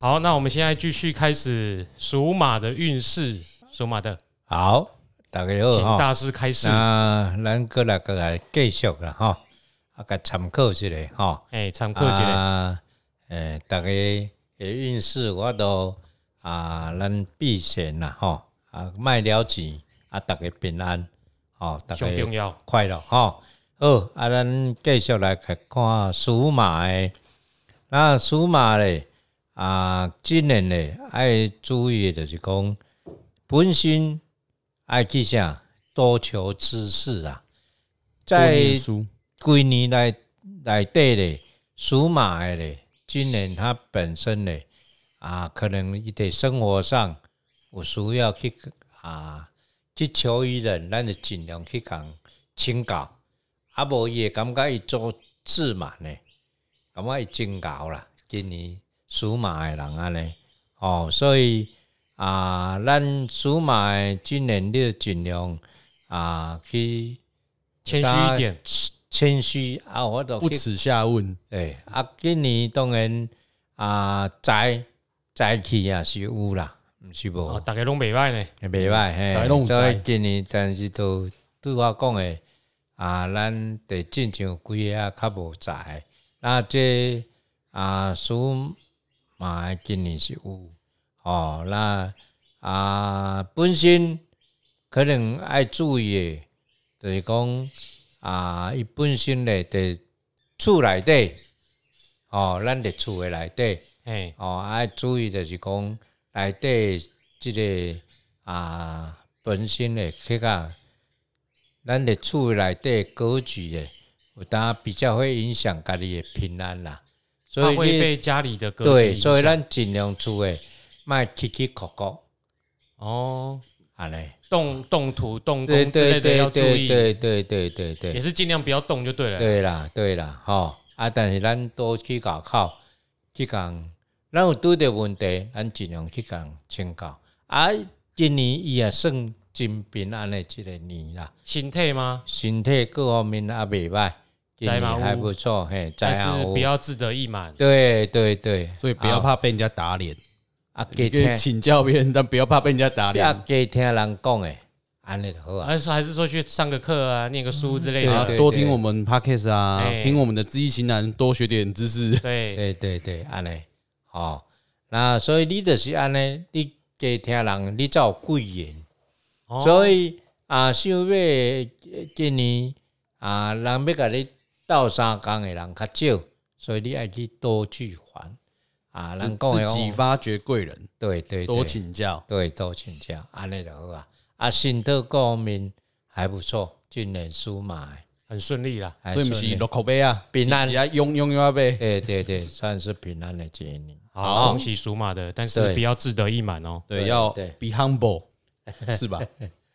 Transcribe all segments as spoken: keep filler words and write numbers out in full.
好，那我们现在继续开始属马的运势。属马的， 好，大家好， 请大师开始。 那咱过来过来继续啦，哈，啊，个参考一下，哈， 哎，参考一下， 啊，诶，大家的运势我都啊，咱避险啦，哈，啊，卖了钱，啊，大家平安，哦，大家快乐，哈。好，啊，咱继续来看属马的，那属马咧，啊，今年咧爱注意的就是讲。本身爱去啥多求知识啊，在几年来来底咧，属马的咧，今年他本身咧啊，可能伊在生活上有需要去啊去求于人，咱就尽量去讲请教，啊无伊会感觉伊做自满咧，感觉伊真高啦，今年属马的人安尼哦，所以。啊，咱属马的今年你尽量啊去谦虚一点， 谦虚啊，我都不耻下问。 对啊，今年当然啊，财财气也是有啦，毋是无。 哦，大家拢袂歹呢， 袂歹嘿。所以今年但是都对我讲的啊，咱得进上几个较无财，那这啊属马的今年是有。哦，那啊，本身可能要注意的，就是讲啊，伊本身咧伫厝内底，哦，咱伫厝诶内底，嘿，哦，要注意就是讲内底即个啊，本身咧去甲咱伫厝内底格局诶，有当比较会影响家己诶平安啦， 所以会被家里的格局对，所以咱尽量厝诶。卖起起哭哭哦， 安尼动动土动工之类的要注意， 对对对对对， 也是尽量不要动就对了。 对啦对啦，吼啊！但是咱多去搞靠，去讲，咱有拄着问题，咱尽量去讲请教。啊，今年伊也算真平安的一个年啦。 身体吗？ 身体各方面也袂歹，今年还不错，嘿， 但是不要自得意满。 对对对， 所以不要怕被人家打脸。 啊， 可以请教别人，但不要怕被人家打脸。 啊，加听人讲诶，安尼就好啊。 还是还是说去上个课啊，念个书之类的， 啊、多听我们 podcast 啊，欸、听我们的知易行难，多学点知识。 对对对对，安尼哦。那所以你就是安尼，你加听人，你才有贵言。哦、所以啊，想要今年啊，人要甲你斗相共诶人较少，所以你爱去多去还。啊，人讲自己发掘贵人， 对对， 多请教， 对，多请教，安尼就好啊。啊，身体各方面还不错，今年属马很顺利啦， 所以不是落口碑啊， 平安， 只要用用用呗。 对对对，算是平安的一年。 好，恭喜属马的，但是不要自得意满哦。 对，要 be humble， 是吧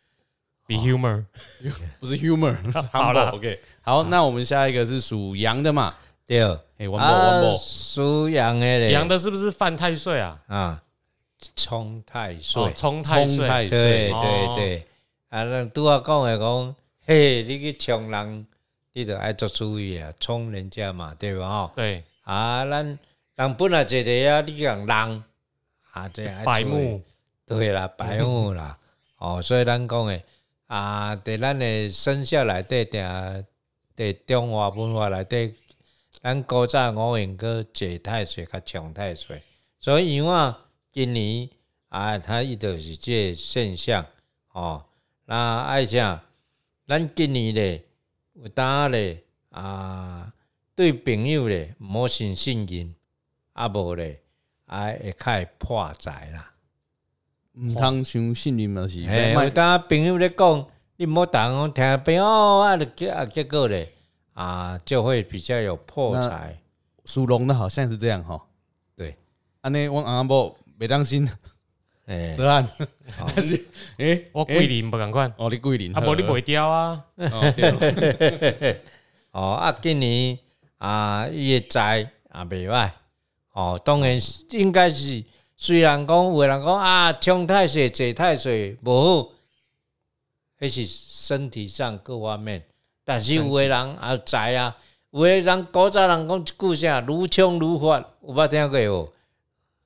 ？Be humor， 不是 humor， 是 humble。OK， 好，那我们下一个是属羊的嘛。 对， 哎，王宝王宝， 属羊的嘞， 羊的是不是犯太岁啊？ 啊，冲太岁， 冲太岁， 对对对，啊，咱拄我讲的讲，嘿，你去冲人，你就爱做注意啊，冲人家嘛，对吧？吼， 对， 啊，咱人本来一个啊，你讲人啊，这白目， 对啦，白目啦，哦，所以咱讲的啊，在咱的生肖内底，定在中华文化内底。咱古早五行个解太岁甲冲太岁，所以因为今年啊，它伊就是这个现象哦。那爱啥？咱今年咧有当咧啊，对朋友咧毋好信信任，啊无咧啊会较会破财啦。 毋通伤信任嘛是。 诶，有当朋友咧讲，你毋好当讲听朋友啊，结啊结果咧。啊，就会比较有破财。 属龙的好像是这样哈。 对， 安尼我阿伯袂当心， 哎， 答案还是哎，我桂林不赶快， 哦，你桂林， 啊，无你袂掉啊。 哦，啊，今年啊，伊的财也袂歹。哦，当然应该是，虽然讲有人讲啊，冲太岁、坐太岁无好，迄是身体上各方面。但是有的人也知啊，有的人古早人讲一句啥，愈冲愈发，有捌听过无？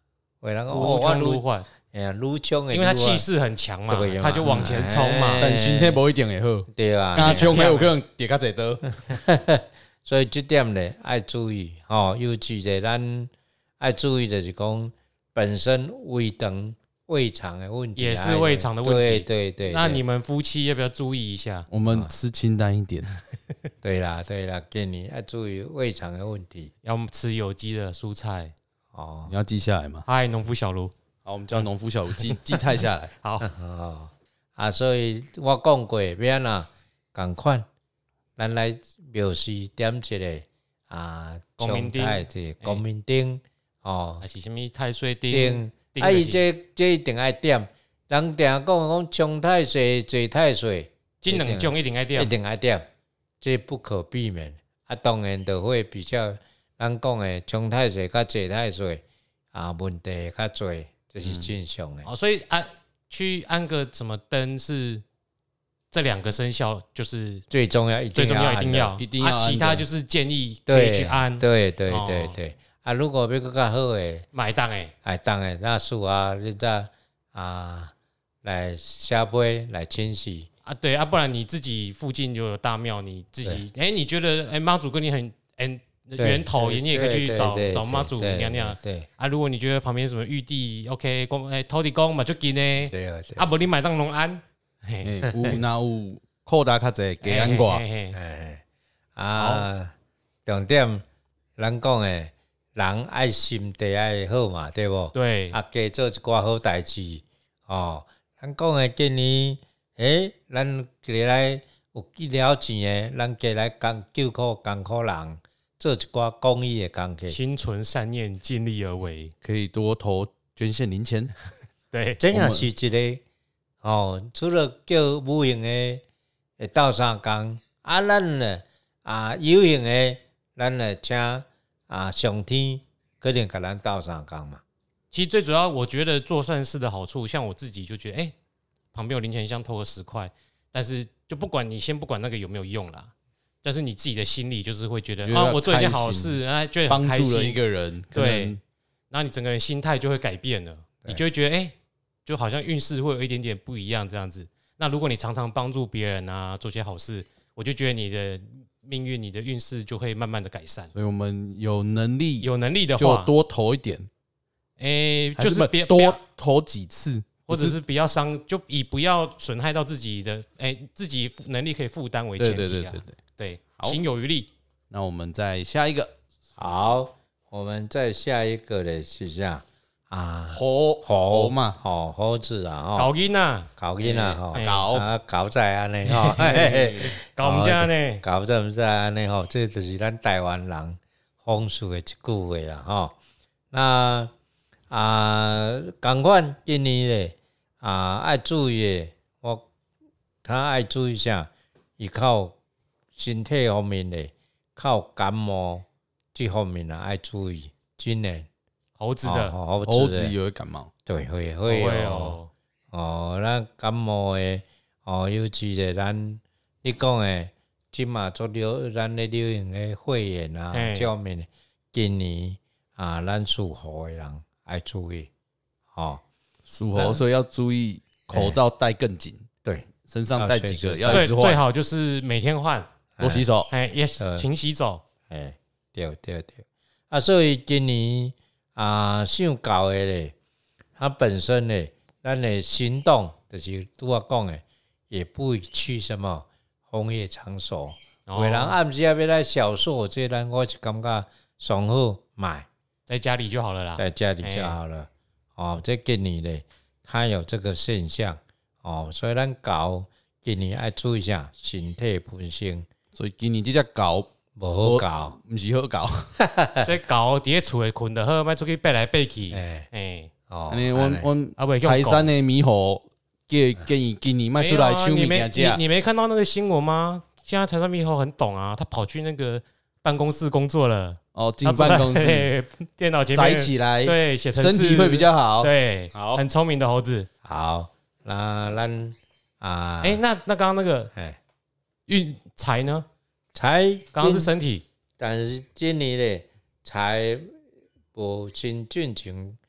有人讲如冲如缓， 哎呀，愈冲的， 因为他气势很强嘛， 对嘛他就往前冲嘛。 但身体不一定会好， 对啊， 刚冲的有可能跌较侪刀。 所以这点呢要注意哦，尤其是咱要注意的是讲本身胃肠胃肠的问题， 也是胃肠的问题。 对对对， 那你们夫妻要不要注意一下？ 我们吃清淡一点。 对啦对啦，建议要注意胃肠的问题， 要吃有机的蔬菜哦。 你要记下来吗？ 嗨，农夫小卢， 好，我们叫农夫小卢记记菜下来。 好哦啊，所以我讲过，要安怎共款，咱来描述点一个啊， 光明顶状态是光明顶哦， 还是什么太岁顶？ 顶啊，伊这这一定爱点。人定讲讲冲太岁、坐太岁， 这两种一定爱一点。 定爱点，这不可避免。啊，当然就会比较咱讲的冲太岁甲坐太岁啊，问题较多，这是正常的。 哦，所以安去安个什么灯是这两个生肖，就是最重要，一最重要，一按的定要， 一定要啊，其按的他就是建议可以对去安， 对对哦对对。啊，如果要更较好诶， 买单诶。 哎，当然那树啊，你再啊来下杯来清洗。 啊，对啊，不然你自己附近就有大庙，你自己哎、欸，你觉得哎妈祖跟你很哎源头，你也可以去找找妈祖娘娘。 对啊，如果你觉得旁边什么玉帝 OK 公哎土地公嘛就紧呢， 对啊， 啊不你买当龙安， 欸有那有扩大较侪给安挂， 哎啊，重点咱讲诶，人爱心地爱好嘛，对不？ 对啊，加做一寡好代志哦。咱讲诶，今年诶，咱加来有几了钱诶，咱加来共救苦艰苦人，做一寡公益诶工作。 心存善念，尽力而为。 可以多投捐献零钱。 对， 真也是一个哦，除了叫无形诶会斗相共，啊，咱呢啊有形诶，咱呢请啊上天可能甲咱斗相共嘛。 其实最主要，我觉得做善事的好处，像我自己就觉得，哎、欸，旁边有零钱箱，投个十块，但是就不管你先不管那个有没有用啦，但是你自己的心里就是会觉得啊，我做一件好事，啊，就帮助了一个人， 对，然后你整个人心态就会改变了，你就会觉得，哎、欸，就好像运势会有一点点不一样这样子。那如果你常常帮助别人啊，做些好事，我就觉得你的命运、你的运势就会慢慢的改善。 所以我们有能力， 有能力的话， 就多投一点。 诶、欸，就是别多投几次， 或者是不要伤，就以不要损害到自己的，诶、欸，自己能力可以负担为前提啊。 对对对对对对，心有余力。 那我们再下一个， 好，我们再下一个的是这样啊， 猴猴嘛， 吼猴子啊，吼搞囡啊， 搞囡啊，吼搞啊搞在安尼吼， 搞我们家呢， 搞在我们在安尼吼，这就是咱台湾人风俗的一句话啦吼。那啊，同款今年咧啊，爱注意的，我他爱注意一下，伊靠身体方面咧，靠感冒这方面啊，爱注意。今年猴子的， 哦、猴子猴子也会感冒， 对，会会哦。哦，咱感冒的哦，尤其是咱你讲的，即嘛做流咱咧流行的肺炎啊，这方面今年啊，咱属猴的人爱注意。哦， 属猴所以要注意口罩戴更紧， 对， 身上带几个要最最好就是每天换， 多洗手， 哎，也勤洗手， 哎，对对对，啊，所以今年啊，上高的咧，它本身咧，咱的行动就是拄我讲的，也不去什么红叶场所，有的人暗时要来小说，这咱我是感觉上好买， 在家里就好了啦， 在家里就好了。哦，这今年咧，它有这个现象哦，所以咱搞今年要注意一下身体本身。 所以今年这只狗无好搞， 不是好搞。 这狗伫咧厝诶困得好，莫出去爬来爬去。 哎哎， 哦， 安尼阮阮财山的猕猴建建议今年莫出来抢物件食。 你没看到那个新闻吗？现在财山猕猴很懂啊，他跑去那个办公室工作了。 哦，进办公室， 电脑前面宅起来， 对，写程式身体会比较好。 对， 好， 很聪明的猴子。 好，那咱啊， 哎，那那刚刚那个，哎，运财呢？ 财刚刚是身体， 但是今年咧财无亲进前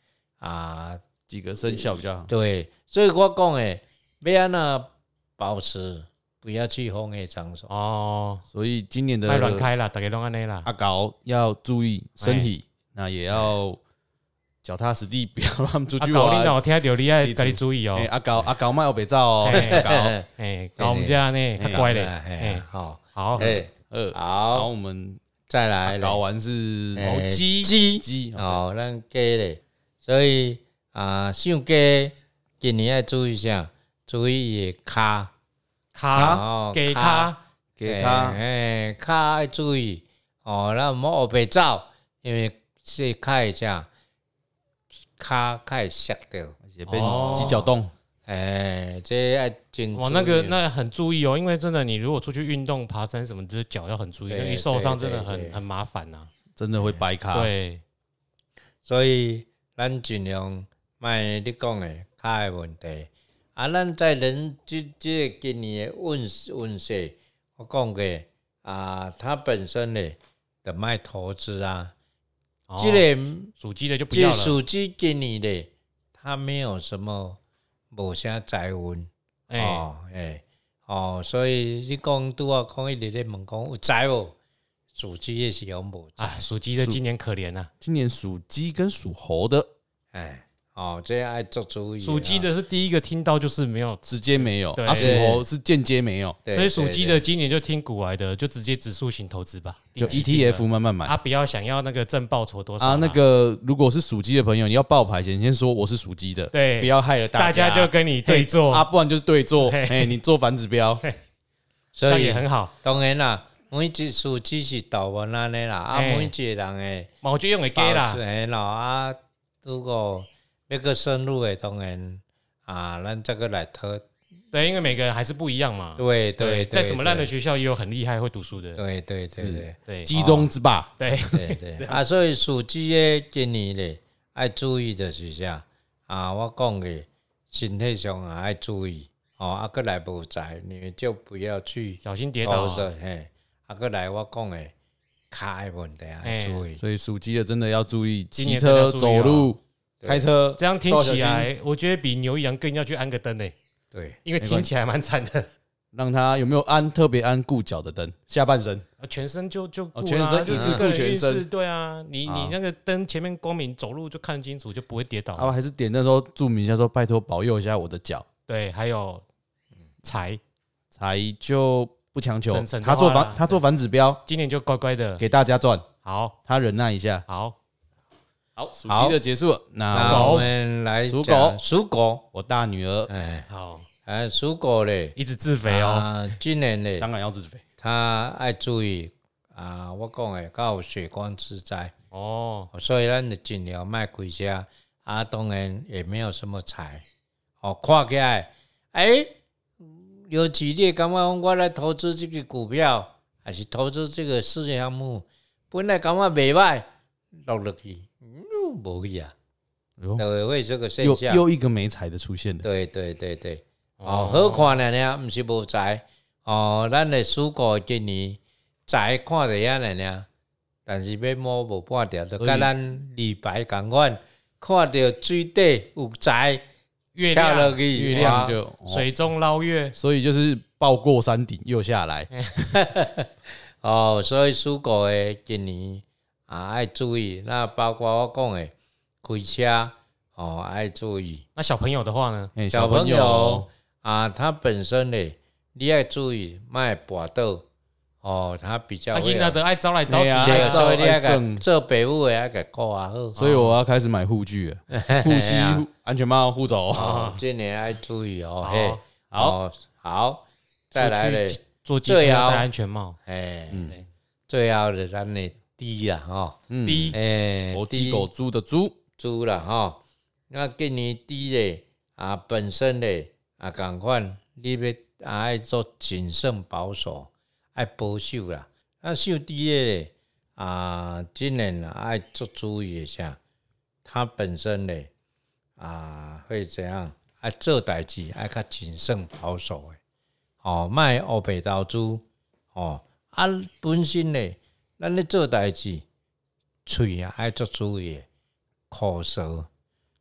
啊几个生肖比较好。 对，所以我讲诶，要安怎保持不要去风的场所哦。 所以今年的卖乱开啦，大家拢安尼啦。 阿高要注意身体，那也要脚踏实地，不要让他们出去玩。 阿高，你若有听到你爱家己注意哦。 阿高阿高卖有别照哦，阿高， 哎，搞我们家呢，较乖嘞。 哎，好， 好， 哎， 呃， 好， 好，我们再来搞完是哦鸡鸡鸡哦，咱鸡咧，所以啊，养鸡今年要注意一下，注意伊骹骹鸡骹鸡骹， 哎，骹要注意哦，咱唔好黑白走，因为这骹一下骹较会摔掉， 也变鸡脚冻。 哎，这要真哇，那个那很注意哦，因为真的，你如果出去运动、爬山什么，就是脚要很注意，那一受伤真的很很麻烦呐， 真的会掰卡。 对， 所以咱尽量卖你讲的骹的问题。啊，咱在人这这个今年的运运势，我讲过啊，它本身呢的卖投资啊， 哦、 这个属鸡的就不要了。 属鸡今年的，它没有什么。无啥财运， 哎、欸、 哦，哎、欸，哦，所以你讲拄啊，讲一直咧问讲有财无？属鸡的是有无财？ 啊，属鸡的今年可怜啊！ 今年属鸡跟属猴的， 哎，哦，这爱做注意。 属鸡的是第一个听到，就是没有直接没有，啊，属猴是间接没有， 所以属鸡的今年就听股来的，就直接指数型投资吧， 就 E T F 慢慢买。 啊，不要想要那个正报酬多少啊。那个如果是属鸡的朋友，你要报牌前先说我是属鸡的， 对， 不要害了大家，大家就跟你对坐啊，不然就是对坐，哎，你做反指标， 所以也很好。 当然啦，每一属鸡是道文安尼啦，啊，每一个人诶， 我就用个鸡啦， 哎啦，啊，如果那个深入的当然啊，咱这个来讨。 对，因为每个人还是不一样嘛。 对对， 再怎么烂的学校，也有很厉害会读书的。 对对对对对， 鸡中之霸。 对对对啊，所以属鸡的今年咧，爱注意就是啥啊？我讲的身体上也爱注意哦。啊，过来无财，你就不要去小心跌倒。 嘿，啊，过来我讲的骹的问题爱注意。 所以属鸡的真的要注意，骑车、走路、开车。 这样听起来，我觉得比牛羊更要去安个灯呢。 对， 因为听起来蛮惨的， 让他有没有安特别安顾脚的灯，下半身， 全身就就顾、啊、 全身一直顾全身， 对啊，你你那个灯前面光明，走路就看清楚，就不会跌倒。 啊，还是点那时候注明一下说，拜托保佑一下我的脚。 对，还有财财就不强求，他做反他做反指标， 今年就乖乖的给大家赚。 好， 他忍耐一下。 好。 好，属鸡的结束了， 那我们来属狗。 属狗， 我大女儿， 哎， 好， 哎，属狗嘞， 一直自肥哦。 啊、今年嘞， 当然要自肥， 他爱注意啊，我讲诶，较有血光之灾哦， 所以咱就尽量卖亏些啊，当然也没有什么财哦，看起来，哎，尤其你感觉我来投资这个股票，还是投资这个事业项目，本来感觉袂歹，落落去。嗯，无去啊，对，会这个现象， 又又一个没财的出现了。 对对对对，哦，好看了呢，不是无财哦，咱的属狗今年财看得下来呢，但是要摸无半条，就跟咱李白同款，看到水底有财， 月亮月亮就、哦、 水中捞月， 所以就是爆过山顶又下来。 哦，所以属狗的今年。啊，爱注意，那包括我讲的开车哦，爱注意。 那小朋友的话呢？ 欸、 小朋友啊，他本身呢，你要注意，卖跋倒哦，他比较会。 啊，得爱招来招去的，所以你要个做北部的要个顾啊好。 所以我要开始买护具了，护膝、安全帽、护肘。 哦，今年爱注意哦，嘿， 好好，再来嘞， 坐机车要戴安全帽。 哎，最好的咱呢。猪啦吼， 猪诶，狗鸡狗猪的猪猪啦吼，那今年猪咧啊，本身咧啊，共款你要啊爱做谨慎保守，爱保守啦。那属猪咧啊，今年啊爱做注意一下，他本身咧啊会怎样？爱做代志爱较谨慎保守诶，哦，卖乌白投资哦，啊本身咧。咱咧做代志，嘴啊爱做注意，口舌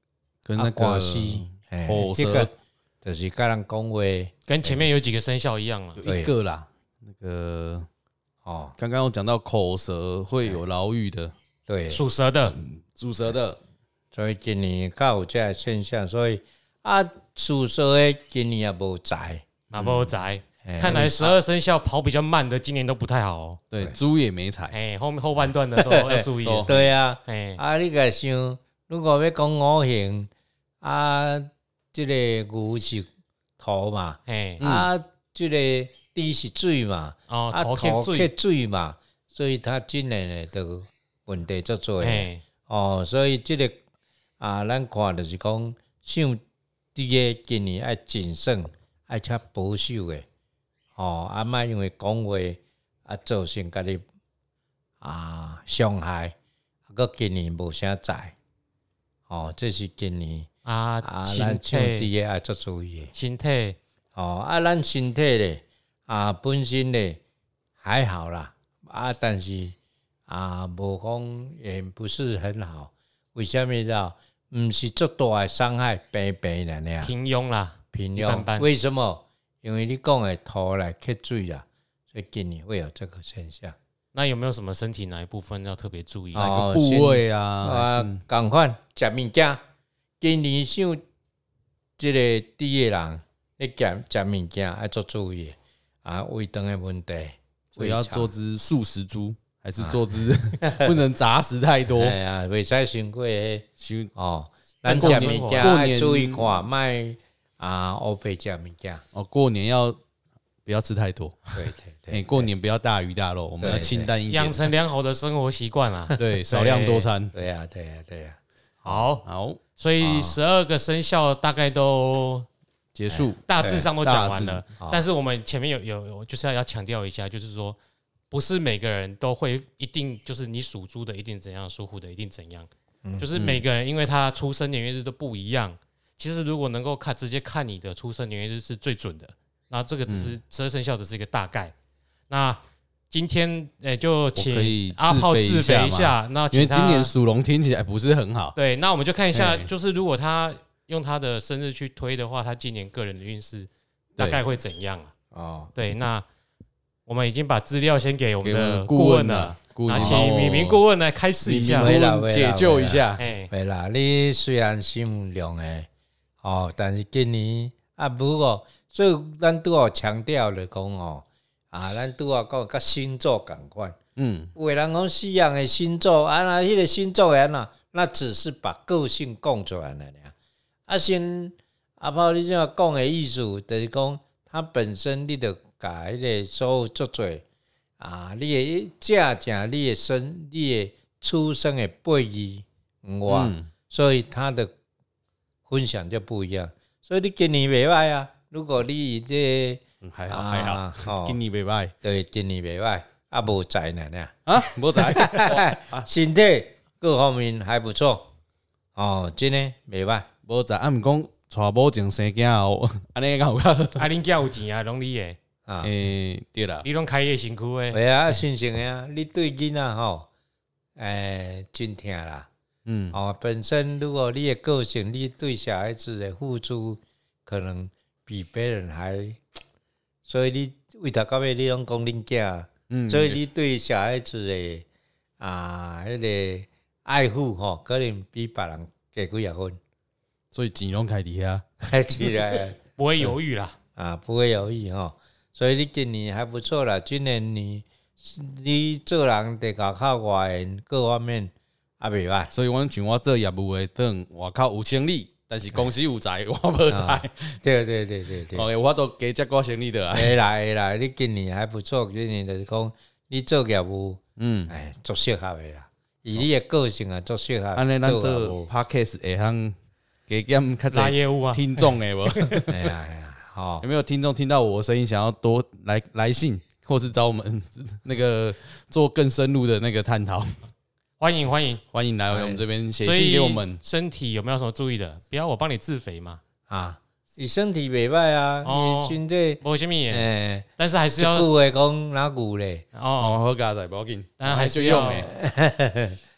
跟那个口舌，就是跟人讲话， 跟前面有几个生肖一样啊， 有一个啦，那个哦，刚刚有讲到口舌会有牢狱的， 对， 属蛇的， 属蛇的， 所以今年较有这个现象，所以啊，属蛇的今年也无财， 嘛无财。看来十二生肖跑比较慢的，今年都不太好哦。 对，猪也没财， 哎，后面后半段的都要注意。 对啊，哎，啊，你个想，如果要讲五行，啊，这个牛是土嘛，哎，啊，这个地是水嘛，哦，啊，土克水嘛，所以他今年呢就问题足多诶。哦，所以这个啊，咱看就是讲，像这个今年要谨慎，要较保守诶。哦，啊，莫因为讲话啊，造成家己啊伤害，啊，个今年无啥财，哦，这是今年啊， 啊，咱像啲个爱做注意， 身体， 哦，啊，咱身体咧啊，本身咧还好啦，啊，但是啊，无讲也不是很好，为什么呢？毋是足大诶伤害，平平啦，那平庸啦， 平庸，为什么？因为你讲的土来克水啦，所以今年会有这个现象。 那有没有什么身体哪一部分要特别注意？ 哪个部位啊？啊， 赶快食物件。今年像这个低的人，你食食物件要做注意啊，胃肠的问题。 所以要做只素食猪，还是做只不能杂食太多？ 哎呀，袂使伤过诶。哦，咱食物件要注意看，卖。啊，欧贝加物件哦，过年要不要吃太多？ 对对对， 欸、过年不要大鱼大肉，我们要清淡一点， 养成良好的生活习惯啊。 对，少量多餐。 对呀、啊，对呀、啊，对呀、 啊。好，好，所以十二个生肖大概都结束， 大致上都讲完了。但是我们前面有有有，就是要要强调一下，就是说，不是每个人都会一定就是你属猪的一定怎样，属虎的一定怎样，嗯、就是每个人因为他出生年月日都不一样。其实如果能够看直接看你的出生年月日是最准的，那这个只是十二生肖只是一个大概。那今天诶、欸、就请阿炮自肥一下，那因为今年属龙听起来不是很好。 对，那我们就看一下，就是如果他用他的生日去推的话，他今年个人的运势大概会怎样啊？哦，对，那我们已经把资料先给我们的顾问了。那请敏明顾问来开始一下， 解救一下。 对啦，你虽然心量诶。哦，但是今年啊，不过所以咱都要强调的讲哦，啊，咱都要讲甲星座共款，嗯，有的人讲西洋的星座啊，那迄个星座人呐，那只是把个性讲出来了呀。啊，先阿炮你这样讲的意思，就是讲他本身你得甲迄个所有做做啊，你的正正你的生你的出生的背景哇、嗯，所以他的。分享就不一样，所以你今年袂歹啊。如果你这、 嗯、还好还好，哦、今年袂歹， 对，今年袂歹，啊无财呢呢啊，无财， 身体各方面还不错哦，真的袂歹， 无财。啊，毋讲娶某前生囝哦，安尼敢有较？啊， 恁囝有钱啊，拢你诶， 啊，诶、欸，对啦， 你拢开业身躯诶， 对啊，新鲜诶啊，你对囡仔吼，诶，真疼啦。嗯，哦，本身如果你的个性，你对小孩子的付出可能比别人还，所以你为头到尾你拢讲恁囝，嗯，所以你对小孩子的啊，迄、那个爱护吼，可能比别人加几啊分， 所以钱拢开伫遐， 开起来不会犹豫啦， 啊，不会犹豫吼，所以你今年还不错啦，今年你你做人得搞靠外援各方面。啊，袂歹， 所以我像我做业务诶，等外口有生意，但是公司有财，我无财、啊。 对对对对对。 哦，我都加接过生意的啊。 会啦会啦，你今年还不错，今年就是讲你做业务，嗯，哎，足适合诶啦。以你诶个性啊，足适合。 安尼咱做 podcast 会通加减较拉业务啊， 听众诶无？ 哎呀哎呀，好， 有没有听众听到我的声音，想要多来来信，或是找我们那个做更深入的那个探讨？ 欢迎欢迎欢迎来我们这边写信给我们。 身体有没有什么注意的？不要我帮你自肥嘛。 啊，你身体袂歹啊，你身体无什么诶，但是还是要句话讲哪句咧？ 哦，好加在不要紧， 但还是用诶。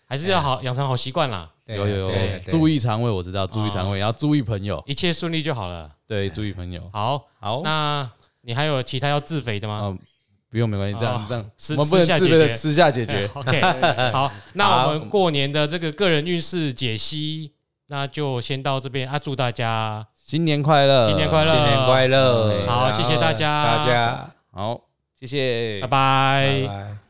还是要好养成好习惯啦。 有有有，注意肠胃，我知道，注意肠胃，也要注意朋友， 一切顺利就好了。 对，注意朋友。 好， 好， 那你还有其他要自肥的吗？ 不用，没关系，这样这样， 我们不能自肥， 私下解决。 OK， 好，那我们过年的这个个人运势解析，那就先到这边啊！祝大家新年快乐， 新年快乐， 新年快乐！ 好，谢谢大家， 大家好，谢谢， 拜拜， 拜拜。